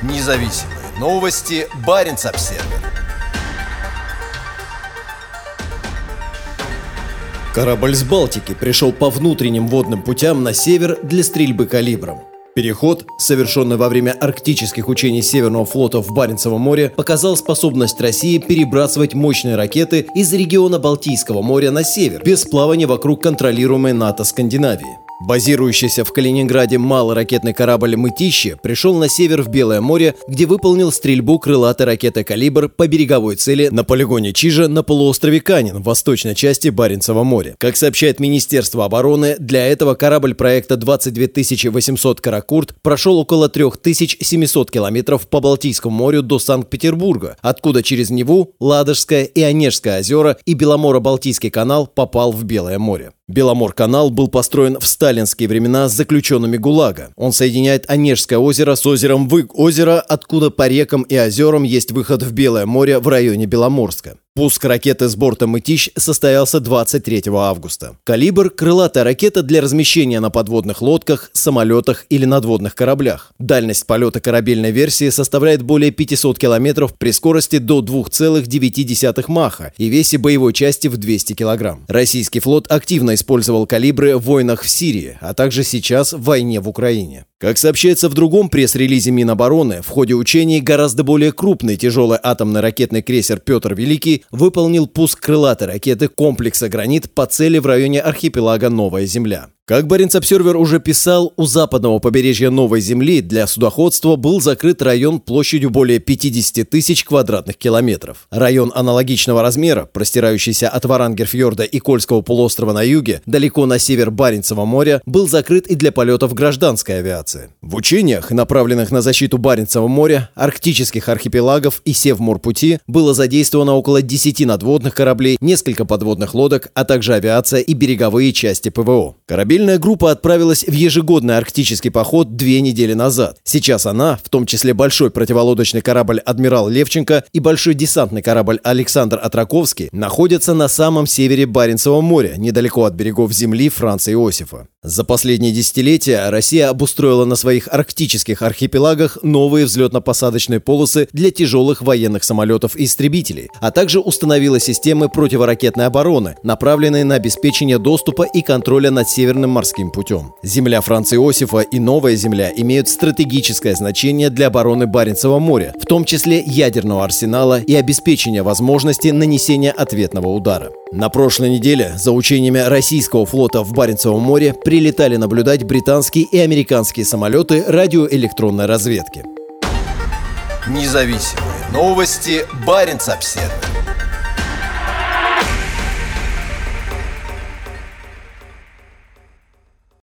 Независимые новости. Баренц-Обсервер. Корабль с Балтики пришел по внутренним водным путям на север для стрельбы калибром. Переход, совершенный во время арктических учений Северного флота в Баренцевом море, показал способность России перебрасывать мощные ракеты из региона Балтийского моря на север, без плавания вокруг контролируемой НАТО Скандинавии. Базирующийся в Калининграде малый ракетный корабль «Мытищи» пришел на север в Белое море, где выполнил стрельбу крылатой ракеты «Калибр» по береговой цели на полигоне Чижа на полуострове Канин в восточной части Баренцева моря. Как сообщает Министерство обороны, для этого корабль проекта 22 800 «Каракурт» прошел около 3700 километров по Балтийскому морю до Санкт-Петербурга, откуда через Неву, Ладожское и Онежское озера и Беломоро-Балтийский канал попал в Белое море. Беломор-канал был построен в сталинские времена с заключенными ГУЛАГа. Он соединяет Онежское озеро с озером Выг-озеро, откуда по рекам и озерам есть выход в Белое море в районе Беломорска. Пуск ракеты с борта «Мытищ» состоялся 23 августа. «Калибр» — крылатая ракета для размещения на подводных лодках, самолетах или надводных кораблях. Дальность полета корабельной версии составляет более 500 километров при скорости до 2,9 Маха и весе боевой части в 200 килограмм. Российский флот активно использовал «Калибры» в войнах в Сирии, а также сейчас в войне в Украине. Как сообщается в другом пресс-релизе Минобороны, в ходе учений гораздо более крупный тяжелый атомный ракетный крейсер «Петр Великий» выполнил пуск крылатой ракеты комплекса «Гранит» по цели в районе архипелага Новая Земля. Как Баренц-Обсервер уже писал, у западного побережья Новой Земли для судоходства был закрыт район площадью более 50 тысяч квадратных километров. Район аналогичного размера, простирающийся от Варангерфьорда и Кольского полуострова на юге, далеко на север Баренцева моря, был закрыт и для полетов гражданской авиации. В учениях, направленных на защиту Баренцева моря, арктических архипелагов и Севморпути, было задействовано около 10 надводных кораблей, несколько подводных лодок, а также авиация и береговые части ПВО. Корабельная группа отправилась в ежегодный арктический поход 2 недели назад. Сейчас она, в том числе большой противолодочный корабль «Адмирал Левченко» и большой десантный корабль «Александр Отраковский», находятся на самом севере Баренцева моря, недалеко от берегов земли Франца Иосифа. За последние десятилетия Россия обустроила на своих арктических архипелагах новые взлетно-посадочные полосы для тяжелых военных самолетов и истребителей, а также установила системы противоракетной обороны, направленные на обеспечение доступа и контроля над Северным морским путем. Земля Франца Иосифа и Новая Земля имеют стратегическое значение для обороны Баренцева моря, в том числе ядерного арсенала и обеспечения возможности нанесения ответного удара. На прошлой неделе за учениями российского флота в Баренцевом море прилетали наблюдать британские и американские самолеты радиоэлектронной разведки. Независимые новости. Баренц-Обсервер.